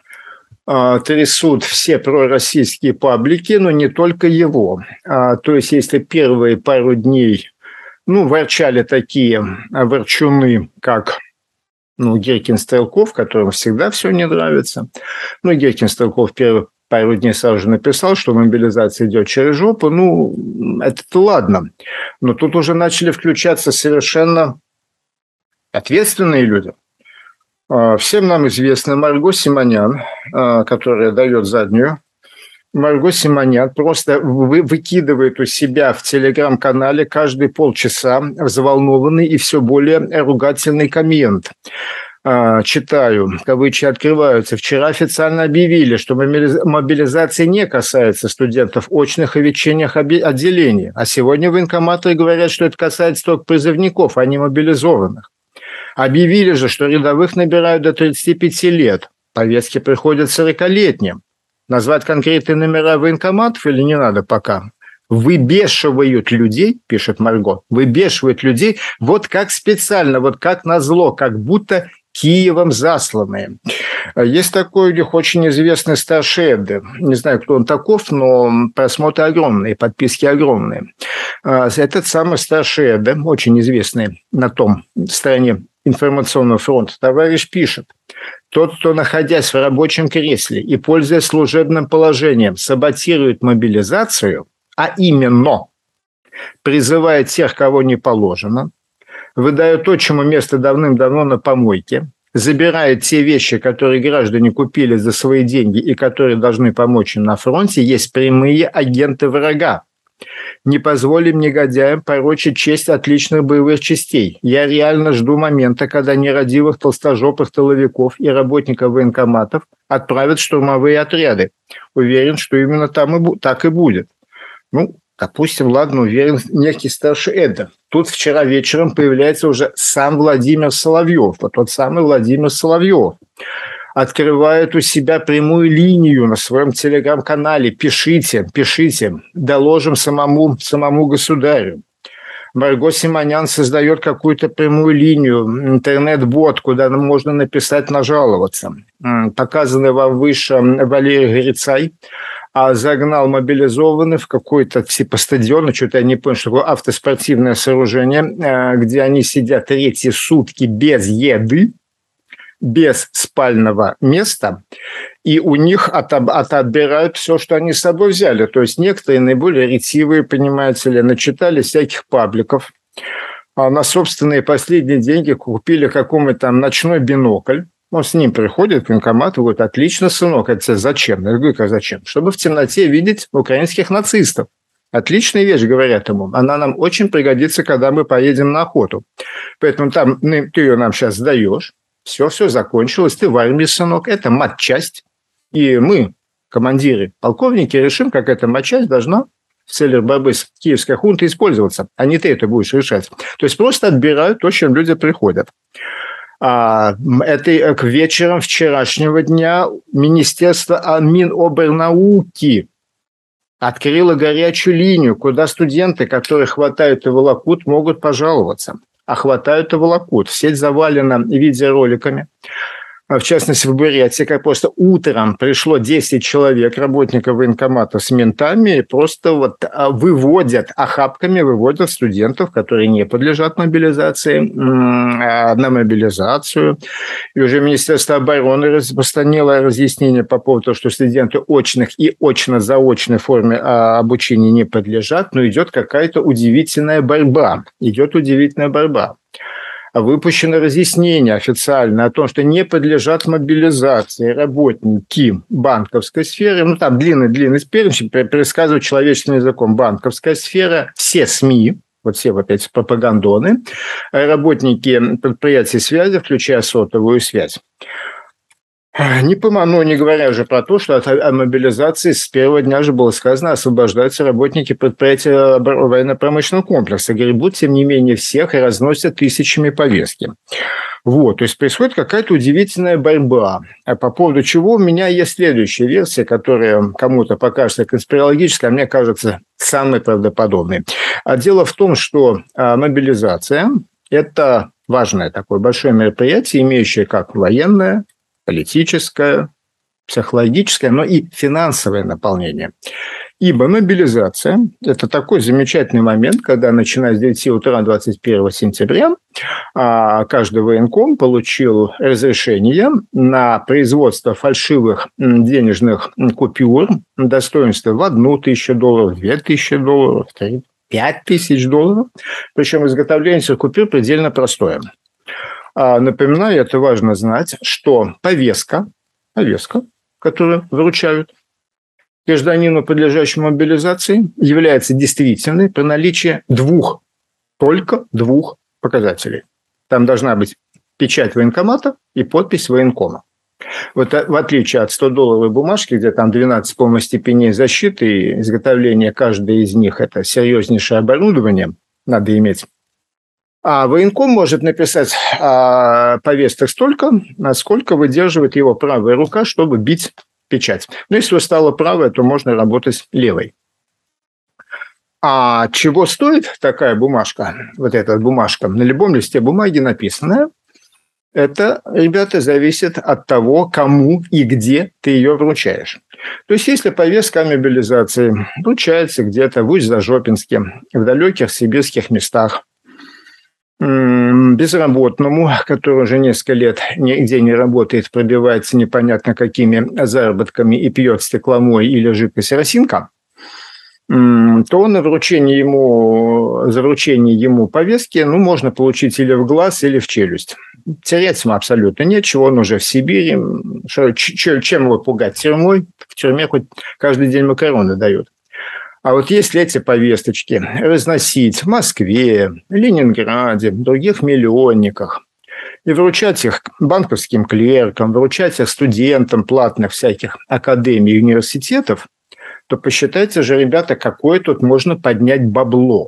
трясут все пророссийские паблики, но не только его. То есть если первые пару дней ну, ворчали такие ворчуны, как ну, Гиркин-Стрелков, которым всегда все не нравится. Ну, Гиркин-Стрелков первые пару дней сразу же написал, что мобилизация идет через жопу. Ну, это-то ладно. Но тут уже начали включаться совершенно ответственные люди. Всем нам известна Марго Симонян, которая дает заднюю. Марго Симонян просто выкидывает у себя в телеграм-канале каждые полчаса взволнованный и все более ругательный коммент. Читаю, кавычки открываются. Вчера официально объявили, что мобилизация не касается студентов очных и вечерних отделений. А сегодня военкоматы говорят, что это касается только призывников, а не мобилизованных. Объявили же, что рядовых набирают до тридцати пяти лет. Повестки приходят сорокалетним. Назвать конкретные номера военкоматов или не надо пока? Выбешивают людей, пишет Марго, выбешивают людей вот как специально, вот как назло, как будто Киевом засланные. Есть такой у них очень известный старший Эдде. Не знаю, кто он таков, но просмотры огромные, подписки огромные. Этот самый старший Эдде, очень известный на том стороне информационного фронта, товарищ пишет: тот, кто, находясь в рабочем кресле и пользуясь служебным положением, саботирует мобилизацию, а именно призывает тех, кого не положено, выдает отчиму место давным-давно на помойке, забирает те вещи, которые граждане купили за свои деньги и которые должны помочь им на фронте, есть прямые агенты врага. Не позволим негодяям порочить честь отличных боевых частей. Я реально жду момента, когда нерадивых толстожопых тыловиков и работников военкоматов отправят в штурмовые отряды. Уверен, что именно там и так и будет. Ну, допустим, ладно, уверен, некий старший Эдда. Тут вчера вечером появляется уже сам Владимир Соловьев, вот тот самый Владимир Соловьев. Открывает у себя прямую линию на своем телеграм-канале. Пишите, пишите, доложим самому, самому государю. Марго Симонян создает какую-то прямую линию, интернет-бот, куда можно написать, нажаловаться. Показанный вам выше Валерий Грицай загнал мобилизованных в какой-то типа стадион, что-то я не понял, что такое автоспортивное сооружение, где они сидят третьи сутки без еды, без спального места, и у них от, от, отбирают все, что они с собой взяли. То есть некоторые наиболее ретивые, понимаете ли, начитали всяких пабликов, а на собственные последние деньги купили какой-то там ночной бинокль. Он с ним приходит в военкомат и говорит: отлично, сынок, это тебе зачем? Я говорю: а зачем? Чтобы в темноте видеть украинских нацистов. Отличная вещь, говорят ему. Она нам очень пригодится, когда мы поедем на охоту. Поэтому там ты ее нам сейчас сдаешь. Все, все закончилось, ты в армии, сынок, это матчасть. И мы, командиры, полковники, решим, как эта матчасть должна в целях борьбы с киевской хунтой использоваться. А не ты это будешь решать. То есть просто отбирают то, чем люди приходят. А, это к вечерам вчерашнего дня Министерство Минобернауки открыло горячую линию, куда студенты, которые хватают и волокут, могут пожаловаться. А хватают и волокут. Сеть завалена видеороликами, в частности, в Бурятии, как просто утром пришло десять человек, работников военкомата с ментами, и просто вот выводят, охапками выводят студентов, которые не подлежат мобилизации, на мобилизацию. И уже Министерство обороны распространило разъяснение по поводу того, что студенты очных и очно-заочной форме обучения не подлежат, но идет какая-то удивительная борьба. Идет удивительная борьба. Выпущено разъяснение официально о том, что не подлежат мобилизации работники банковской сферы. Ну, там длинный-длинный перечень, пересказываю человеческим языком. Банковская сфера, все СМИ, вот все опять пропагандоны, работники предприятий связи, включая сотовую связь. Не, ну, не говоря уже про то, что о мобилизации с первого дня же было сказано, освобождаются работники предприятия военно-промышленного комплекса, гребут, тем не менее, всех и разносят тысячами повестки. Вот, то есть происходит какая-то удивительная борьба. А по поводу чего у меня есть следующая версия, которая кому-то покажется конспирологической, а мне кажется самой правдоподобной. А дело в том, что мобилизация – это важное такое большое мероприятие, имеющее как военное, политическое, психологическое, но и финансовое наполнение. Ибо мобилизация – это такой замечательный момент, когда, начиная с девяти утра двадцать первого сентября, каждый военком получил разрешение на производство фальшивых денежных купюр достоинства в одну тысячу долларов, две тысячи долларов, пять тысяч долларов. Причем изготовление этих купюр предельно простое. Напоминаю, это важно знать, что повестка, повестка, которую вручают гражданину, подлежащему мобилизации, является действительной при наличии двух, только двух показателей. Там должна быть печать военкомата и подпись военкома. Вот в отличие от сто-долларовой бумажки, где там двенадцать, по-моему, степеней защиты, и изготовление каждой из них – это серьезнейшее оборудование, надо иметь. А военком может написать а, повесток столько, насколько выдерживает его правая рука, чтобы бить печать. Но если стало правая, то можно работать левой. А чего стоит такая бумажка, вот эта бумажка, на любом листе бумаги написанная, это, ребята, зависит от того, кому и где ты ее вручаешь. То есть, если повестка о мобилизации вручается где-то в Усть-Зажопинске, в далеких сибирских местах, безработному, который уже несколько лет нигде не работает, пробивается непонятно какими заработками и пьет стекломой или жидкость росинка, то на вручение ему, за вручение ему повестки ну, можно получить или в глаз, или в челюсть. Терять ему абсолютно нечего, он уже в Сибири. Чем его пугать? Тюрьмой? В тюрьме хоть каждый день макароны дают. А вот если эти повесточки разносить в Москве, Ленинграде, других миллионниках, и вручать их банковским клеркам, вручать их студентам платных всяких академий и университетов, то посчитайте же, ребята, какое тут можно поднять бабло.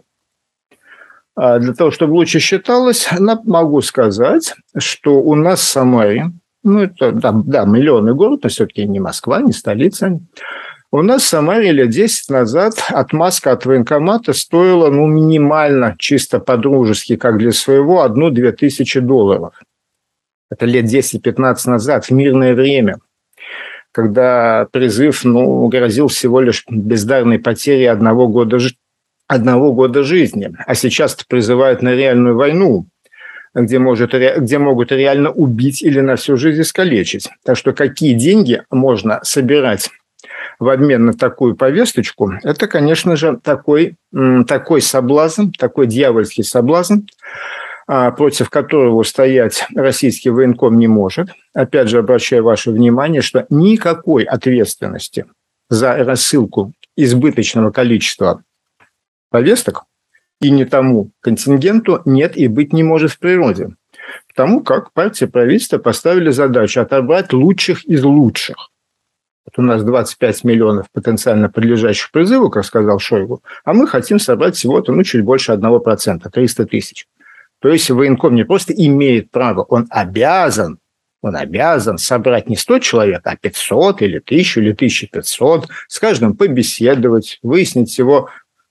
А для того, чтобы лучше считалось, могу сказать, что у нас в Самаре, ну, это, да, да миллионный город, но все-таки не Москва, не столица, у нас в Самаре лет десять назад отмазка от военкомата стоила ну, минимально, чисто по-дружески, как для своего, одну-две тысячи долларов. Это лет десять-пятнадцать назад, в мирное время, когда призыв ну, грозил всего лишь бездарной потерей одного года, одного года жизни. А сейчас-то призывают на реальную войну, где, может, где могут реально убить или на всю жизнь искалечить. Так что какие деньги можно собирать в обмен на такую повесточку, это, конечно же, такой, такой соблазн, такой дьявольский соблазн, против которого устоять российский военком не может. Опять же, обращаю ваше внимание, что никакой ответственности за рассылку избыточного количества повесток и не тому контингенту нет и быть не может в природе. Потому как партия и правительство поставили задачу отобрать лучших из лучших. Вот у нас двадцать пять миллионов потенциально подлежащих призыву, как сказал Шойгу, а мы хотим собрать всего-то ну, чуть больше одного процента, триста тысяч. То есть военком не просто имеет право, он обязан, он обязан собрать не сто человек, а пятьсот или тысячу или тысяча пятьсот, с каждым побеседовать, выяснить его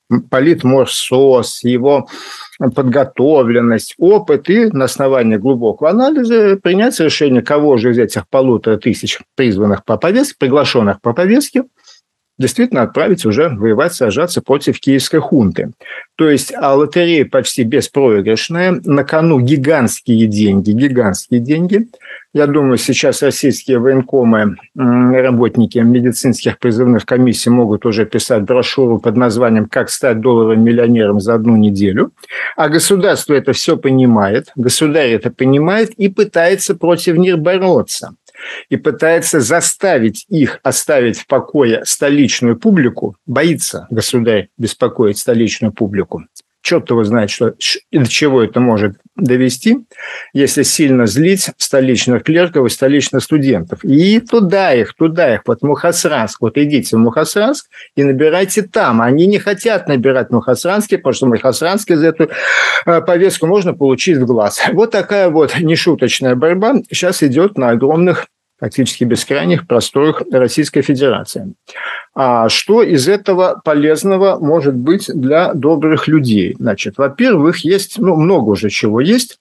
политморсоз, его подготовленность, опыт, и на основании глубокого анализа принять решение, кого же из этих полутора тысяч призванных по повестке, приглашенных по повестке, действительно отправить уже воевать, сражаться против киевской хунты. То есть, а лотерея почти беспроигрышная, на кону гигантские деньги, гигантские деньги. Я думаю, сейчас российские военкомы, работники медицинских призывных комиссий могут уже писать брошюру под названием «Как стать долларовым миллионером за одну неделю». А государство это все понимает, государь это понимает и пытается против них бороться. И пытается заставить их оставить в покое столичную публику. Боится государь беспокоить столичную публику. Черт его знает, что, до чего это может довести, если сильно злить столичных клерков и столичных студентов. И туда их, туда их, вот в Мухосранск. Вот идите в Мухосранск и набирайте там. Они не хотят набирать в Мухосранске, потому что в Мухосранске за эту повестку можно получить в глаз. Вот такая вот нешуточная борьба сейчас идет на огромных, практически бескрайних просторах Российской Федерации. А что из этого полезного может быть для добрых людей? Значит, во-первых, есть, ну, много уже чего есть.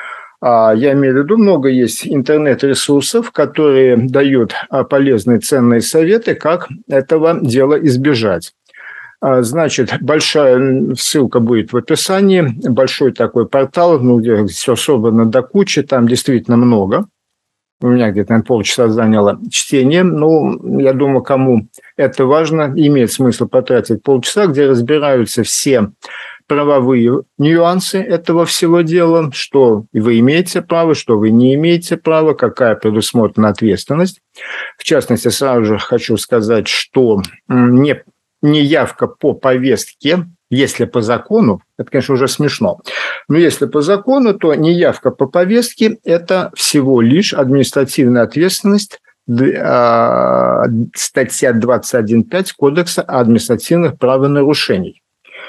А, я имею в виду, много есть интернет-ресурсов, которые дают полезные, ценные советы, как этого дела избежать. Значит, большая ссылка будет в описании, большой такой портал, ну, где все собрано до кучи, там действительно много. У меня где-то наверное, полчаса заняло чтение. Ну, я думаю, кому это важно, имеет смысл потратить полчаса, где разбираются все правовые нюансы этого всего дела, что вы имеете право, что вы не имеете права, какая предусмотрена ответственность. В частности, сразу же хочу сказать, что не, неявка по повестке, если по закону, это, конечно, уже смешно, но если по закону, то неявка по повестке – это всего лишь административная ответственность, статья двадцать один пять Кодекса о административных правонарушений.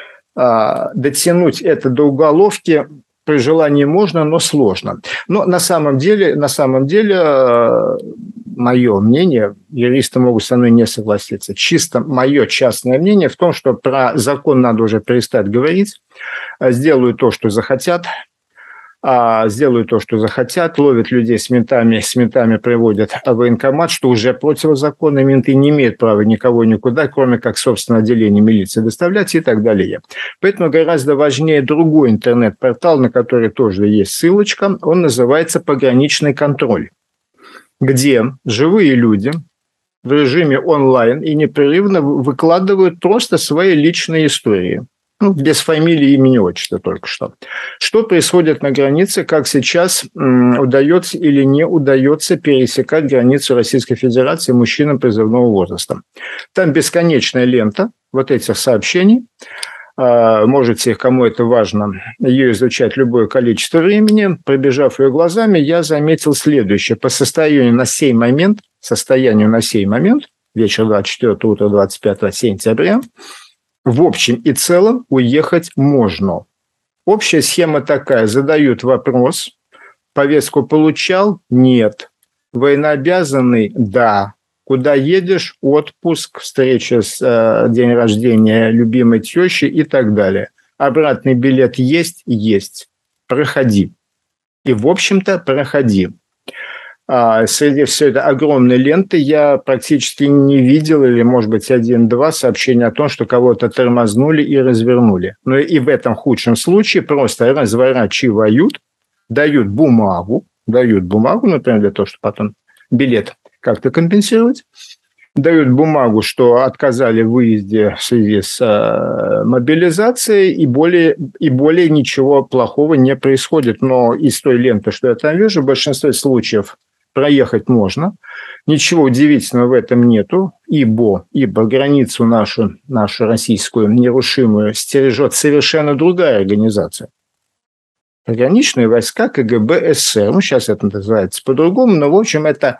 Дотянуть это до уголовки при желании можно, но сложно. Но на самом деле, на самом деле, мое мнение, юристы могут со мной не согласиться, чисто мое частное мнение в том, что про закон надо уже перестать говорить, сделают то, что захотят, сделают то, что захотят, ловят людей с ментами, с ментами приводят в военкомат, что уже противозаконно, менты не имеют права никого никуда, кроме как собственное отделение милиции доставлять и так далее. Поэтому гораздо важнее другой интернет-портал, на который тоже есть ссылочка, он называется «Пограничный контроль», где живые люди в режиме онлайн и непрерывно выкладывают просто свои личные истории. Ну, без фамилии, имени, отчества только что. Что происходит на границе, как сейчас м, удается или не удается пересекать границу Российской Федерации мужчинам призывного возраста. Там бесконечная лента вот этих сообщений. А, можете, кому это важно, ее изучать любое количество времени. Пробежав ее глазами, я заметил следующее. По состоянию на сей момент, состоянию на сей момент, вечер двадцать четвёртого, утро двадцать пятого сентября, в общем и целом уехать можно. Общая схема такая. Задают вопрос. Повестку получал? Нет. Военнообязанный? Да. Куда едешь? Отпуск, встреча с э, день рождения любимой тещи и так далее. Обратный билет есть? Есть. Проходи. И, в общем-то, проходи. Среди всей этой огромной ленты я практически не видел, или, может быть, один-два сообщения о том, что кого-то тормознули и развернули. Но и в этом худшем случае просто разворачивают, дают бумагу, дают бумагу, например, для того, чтобы потом билет как-то компенсировать, дают бумагу, что отказали в выезде в связи с э, мобилизацией, и более, и более ничего плохого не происходит. Но из той ленты, что я там вижу, в большинстве случаев проехать можно. Ничего удивительного в этом нету, ибо, ибо границу нашу, нашу российскую нерушимую стережет совершенно другая организация. Пограничные войска КГБ СССР. Ну, сейчас это называется по-другому, но, в общем, это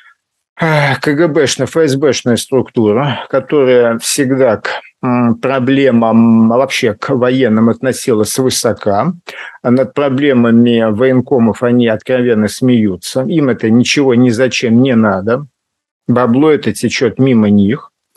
КГБшная, ФСБшная структура, которая всегда к проблемам, вообще к военным относилась свысока. Над проблемами военкомов они откровенно смеются. Им это ничего ни зачем не надо. Бабло это течет мимо них.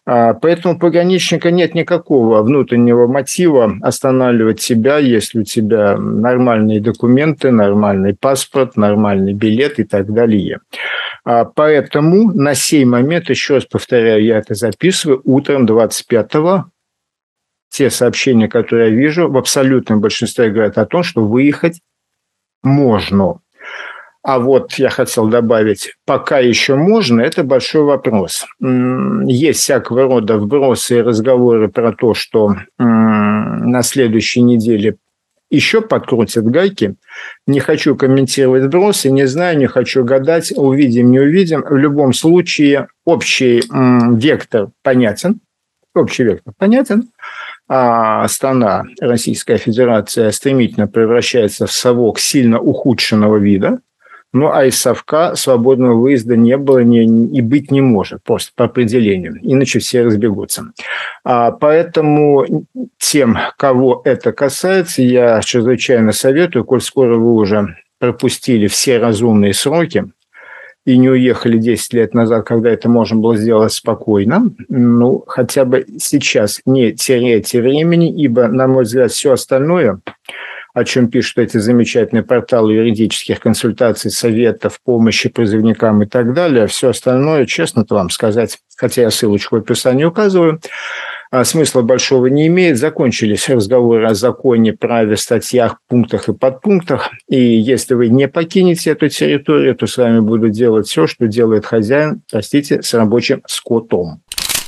Поэтому у пограничника нет никакого внутреннего мотива останавливать себя, если у тебя нормальные документы, нормальный паспорт, нормальный билет и так далее. Поэтому на сей момент, еще раз повторяю, я это записываю, утром двадцать пятого те сообщения, которые я вижу, в абсолютном большинстве говорят о том, что выехать можно. А вот я хотел добавить, пока еще можно, это большой вопрос. Есть всякого рода вбросы и разговоры про то, что на следующей неделе еще подкрутят гайки. Не хочу комментировать вбросы, не знаю, не хочу гадать, увидим, не увидим. В любом случае общий вектор понятен. Общий вектор понятен. А страна, Российская Федерация, стремительно превращается в совок сильно ухудшенного вида. Ну, а из совка свободного выезда не было не, и быть не может, просто по определению. Иначе все разбегутся. А, поэтому тем, кого это касается, я чрезвычайно советую, коль скоро вы уже пропустили все разумные сроки и не уехали десять лет назад, когда это можно было сделать спокойно, ну, хотя бы сейчас не теряйте времени, ибо, на мой взгляд, все остальное, о чем пишут эти замечательные порталы юридических консультаций, советов, помощи призывникам и так далее, все остальное, честно-то вам сказать, хотя я ссылочку в описании указываю, смысла большого не имеет. Закончились разговоры о законе, праве, статьях, пунктах и подпунктах. И если вы не покинете эту территорию, то с вами будут делать все, что делает хозяин, простите, с рабочим скотом.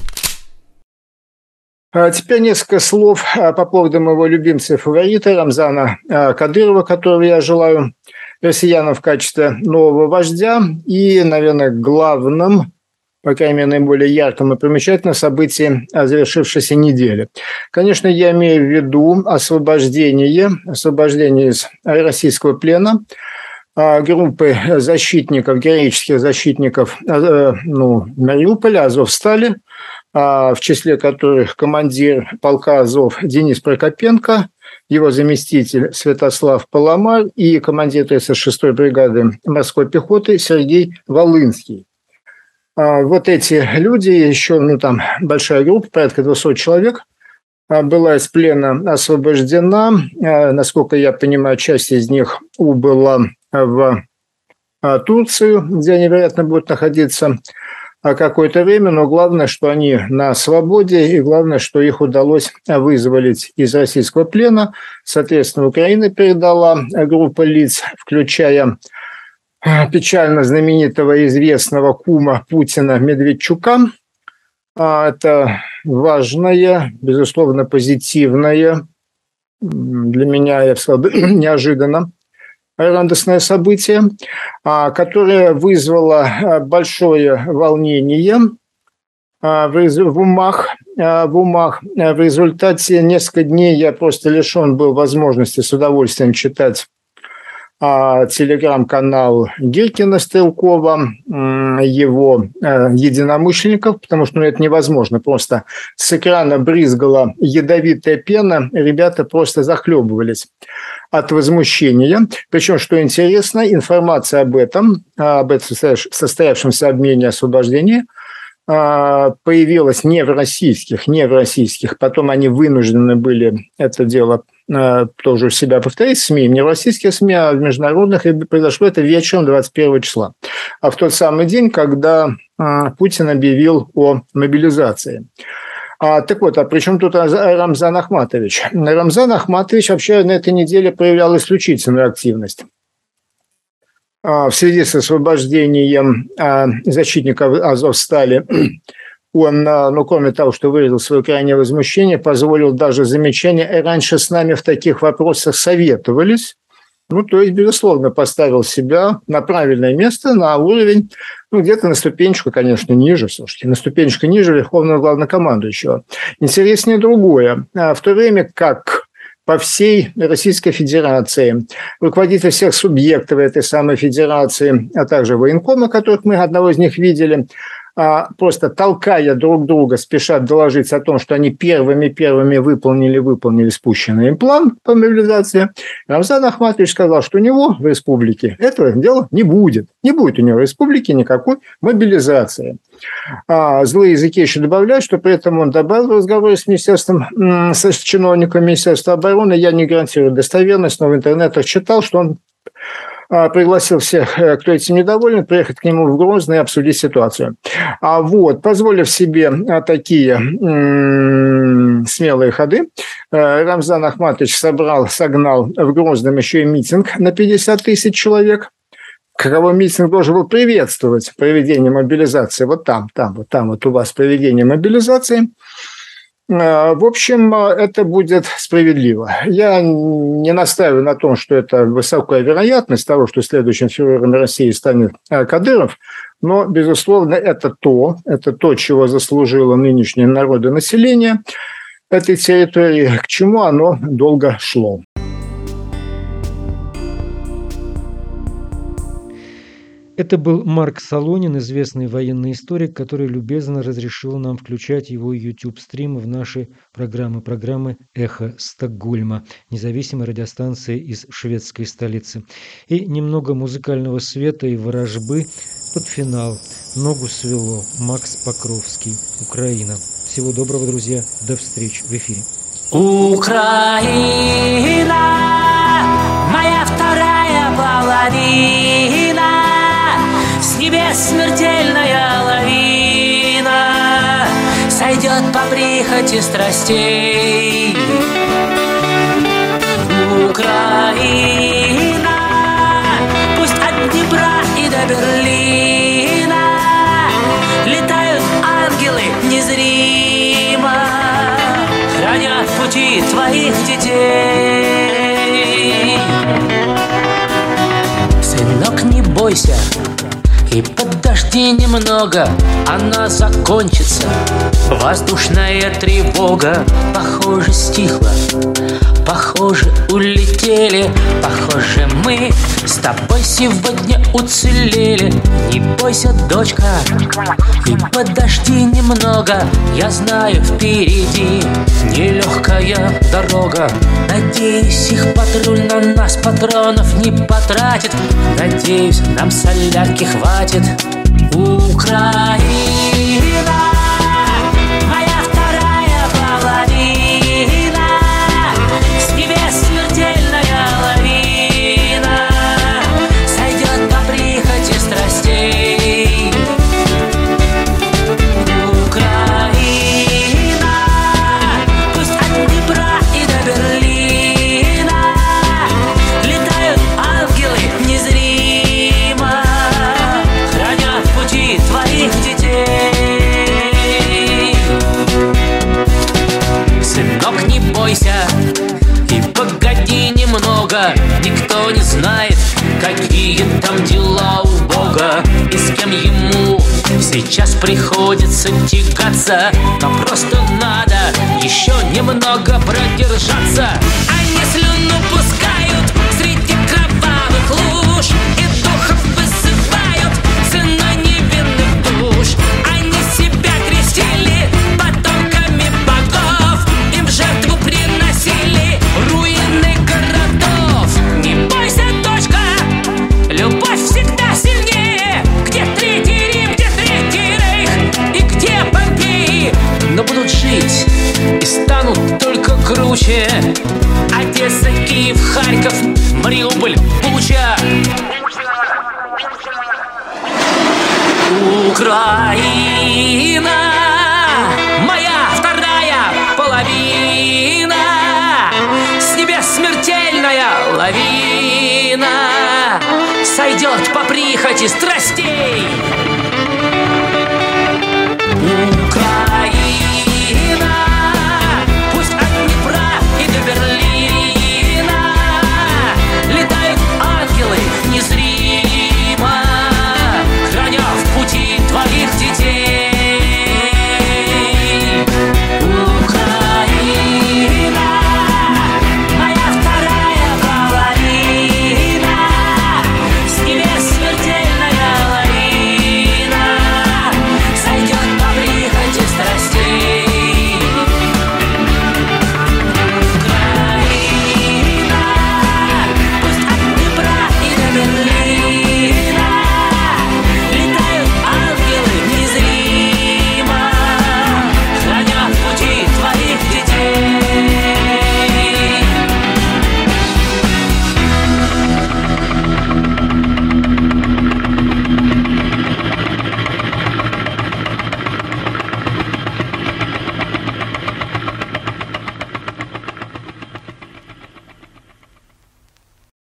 А теперь несколько слов по поводу моего любимца и фаворита Рамзана Кадырова, которого я желаю россиянам в качестве нового вождя и, наверное, главным, по крайней мере, наиболее ярким и примечательным событием завершившейся недели. Конечно, я имею в виду освобождение, освобождение из российского плена группы защитников, героических защитников ну, Мариуполя, Азовстали, в числе которых командир полка Азов Денис Прокопенко, его заместитель Святослав Паламар и командир тридцать шестой бригады морской пехоты Сергей Волынский. Вот эти люди, еще ну, там большая группа, порядка двухсот человек, была из плена освобождена. Насколько я понимаю, часть из них убыла в Турцию, где они, вероятно, будут находиться какое-то время, но главное, что они на свободе, и главное, что их удалось вызволить из российского плена. Соответственно, Украина передала группу лиц, включая печально знаменитого и известного кума Путина Медведчука. Это важное, безусловно, позитивное, для меня, я бы сказал, неожиданно радостное событие, которое вызвало большое волнение в умах, в умах. В результате несколько дней я просто лишен был возможности с удовольствием читать телеграм-канал Гиркина Стрелкова, его единомышленников, потому что ну, это невозможно. Просто с экрана брызгала ядовитая пена, ребята просто захлебывались от возмущения. Причем, что интересно, информация об этом, об этом состоявшемся обмене освобождения появилась не в российских, не в российских. Потом они вынуждены были это дело тоже у себя повторить в СМИ, не в российских СМИ, а в международных. И произошло это вечером двадцать первого числа. А в тот самый день, когда Путин объявил о мобилизации. А, так вот, а при чем тут Рамзан Ахматович? Рамзан Ахматович вообще на этой неделе проявлял исключительную активность. В связи с освобождением защитников Азовстали он, ну, кроме того, что выразил свое крайнее возмущение, позволил даже замечание, раньше с нами в таких вопросах советовались. Ну, то есть, безусловно, поставил себя на правильное место, на уровень, ну, где-то на ступенечку, конечно, ниже, слушайте, на ступенечку ниже верховного главнокомандующего. Интереснее другое. В то время как по всей Российской Федерации руководители всех субъектов этой самой федерации, а также военкомы, которых мы одного из них видели, просто толкая друг друга, спешат доложить о том, что они первыми-первыми выполнили, выполнили спущенный им план по мобилизации, Рамзан Ахматович сказал, что у него в республике этого дела не будет. Не будет у него в республике никакой мобилизации. А злые языки еще добавляют, что при этом он добавил в разговоре с министерством, с чиновником Министерства обороны, я не гарантирую достоверность, но в интернетах читал, что он пригласил всех, кто этим недоволен, приехать к нему в Грозный и обсудить ситуацию. А вот, позволив себе такие м- смелые ходы, Рамзан Ахматович собрал, согнал в Грозном еще и митинг на пятьдесят тысяч человек. Каковой митинг должен был приветствовать проведение мобилизации. Вот там, там, вот там вот у вас проведение мобилизации. В общем, это будет справедливо. Я не настаиваю на том, что это высокая вероятность того, что следующим фюрером России станет Кадыров, но, безусловно, это то, это то, чего заслужило нынешнее народонаселение этой территории, к чему оно долго шло. Это был Марк Солонин, известный военный историк, который любезно разрешил нам включать его YouTube-стрим в наши программы, программы «Эхо Стокгольма», независимой радиостанции из шведской столицы. И немного музыкального света и ворожбы под финал. Ногу свело. Макс Покровский. Украина. Всего доброго, друзья. До встречи в эфире. Украина, моя вторая половина, с небес смертельная лавина сойдет по прихоти страстей. Украина, пусть от Днепра и до Берлина летают ангелы незримо, хранят пути твоих детей. Сынок, не бойся, и подожди немного, она закончится. Воздушная тревога, похоже, стихла, похоже, улетели, похоже, мы с тобой сегодня уцелели. Не бойся, дочка, и подожди немного, я знаю, впереди нелегкая дорога. Надеюсь, их патруль на нас патронов не потратит. Надеюсь, нам солярки хватит. Украина, моя вторая половина, с небес смертельная лавина сойдет по прихоти страстей. Украина, пусть от Днепра и до Берлина летают ангелы незримо, хранят пути твоих детей. Сынок, не бойся и погоди немного, никто не знает, какие там дела у Бога и с кем ему сейчас приходится тягаться. Но просто надо еще немного продержаться. Они слюну пускают среди кровавых луж и духов высыпают ценой невинных душ. Они себя крестили потомками богов, им в жертву приносили руины городов. Не бойся, дочка, любовь всегда сильнее. Где Третий Рим, где Третий Рейх и где Помпеи, но будут жить и станут только круче. Одесса, Киев, Харьков, Мариуполь, Буча. Украина, моя вторая половина, с небес смертельная лавина сойдет по прихоти страстей.